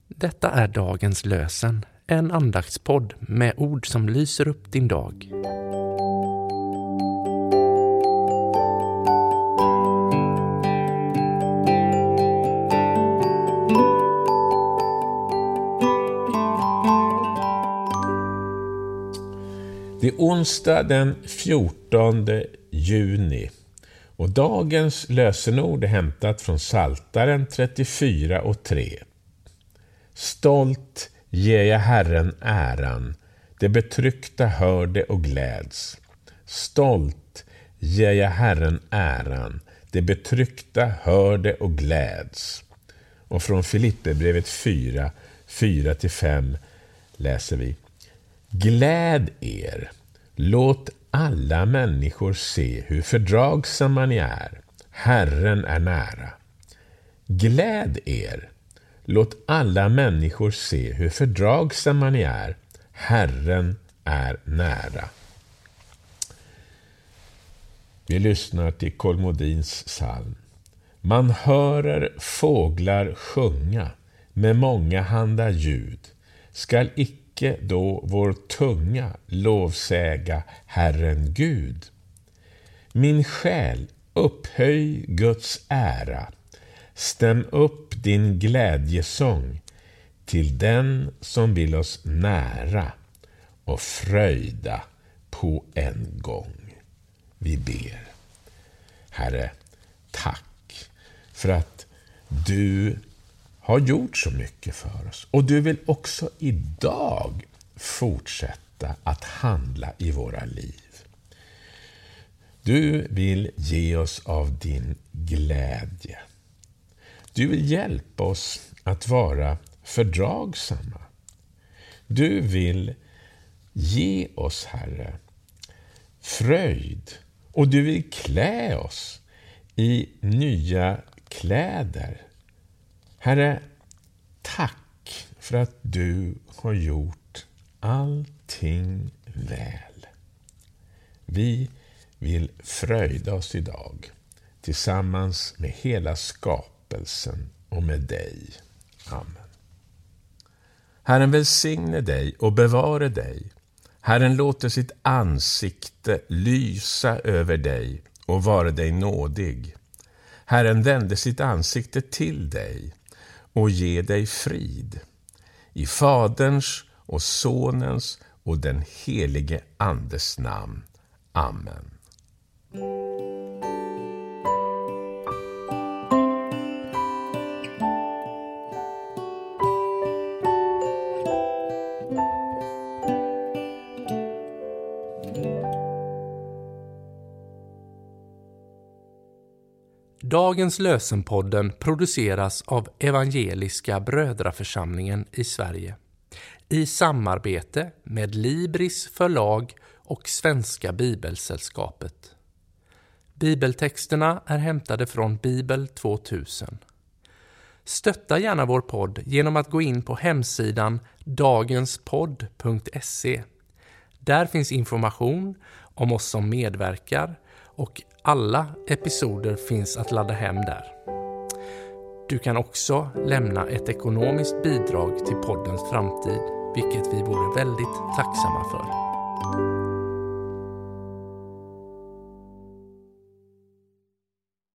Detta är dagens lösen, en andaktspodd med ord som lyser upp din dag. Det är onsdag den 14 juni och dagens lösenord är hämtat från Psaltaren 34:3. Stolt ger jag Herren äran, det betryckta hör det och gläds. Stolt ger jag Herren äran, det betryckta hör det och gläds. Och från Filipperbrevet 4:4-5 läser vi: Gläd er, låt alla människor se hur fördragsamma ni är. Herren är nära. Gläd er, låt alla människor se hur fördragsamma ni är. Herren är nära. Vi lyssnar till Kolmodins psalm. Man hörer fåglar sjunga med många handa ljud. Skall icke då vår tunga lovsäga Herren Gud? Min själ, upphöj Guds ära. Stäm upp din glädjesång till den som vill oss nära och fröjda på en gång. Vi ber. Herre, tack för att du har gjort så mycket för oss. Och du vill också idag fortsätta att handla i våra liv. Du vill ge oss av din glädje. Du vill hjälpa oss att vara fördragsamma. Du vill ge oss, Herre, fröjd. Och du vill klä oss i nya kläder. Herre, tack för att du har gjort allting väl. Vi vill fröjda oss idag tillsammans med hela skapelsen och med dig. Amen. Herren välsigne dig och bevare dig. Herren låter sitt ansikte lysa över dig och vara dig nådig. Herren vände sitt ansikte till dig och ge dig frid. I Faderns och Sonens och den helige Andes namn. Amen. Dagens lösenpodden produceras av Evangeliska Brödraförsamlingen i Sverige i samarbete med Libris förlag och Svenska Bibelsällskapet. Bibeltexterna är hämtade från Bibel 2000. Stötta gärna vår podd genom att gå in på hemsidan dagenspodd.se. Där finns information om oss som medverkar och alla episoder finns att ladda hem där. Du kan också lämna ett ekonomiskt bidrag till poddens framtid, vilket vi vore väldigt tacksamma för.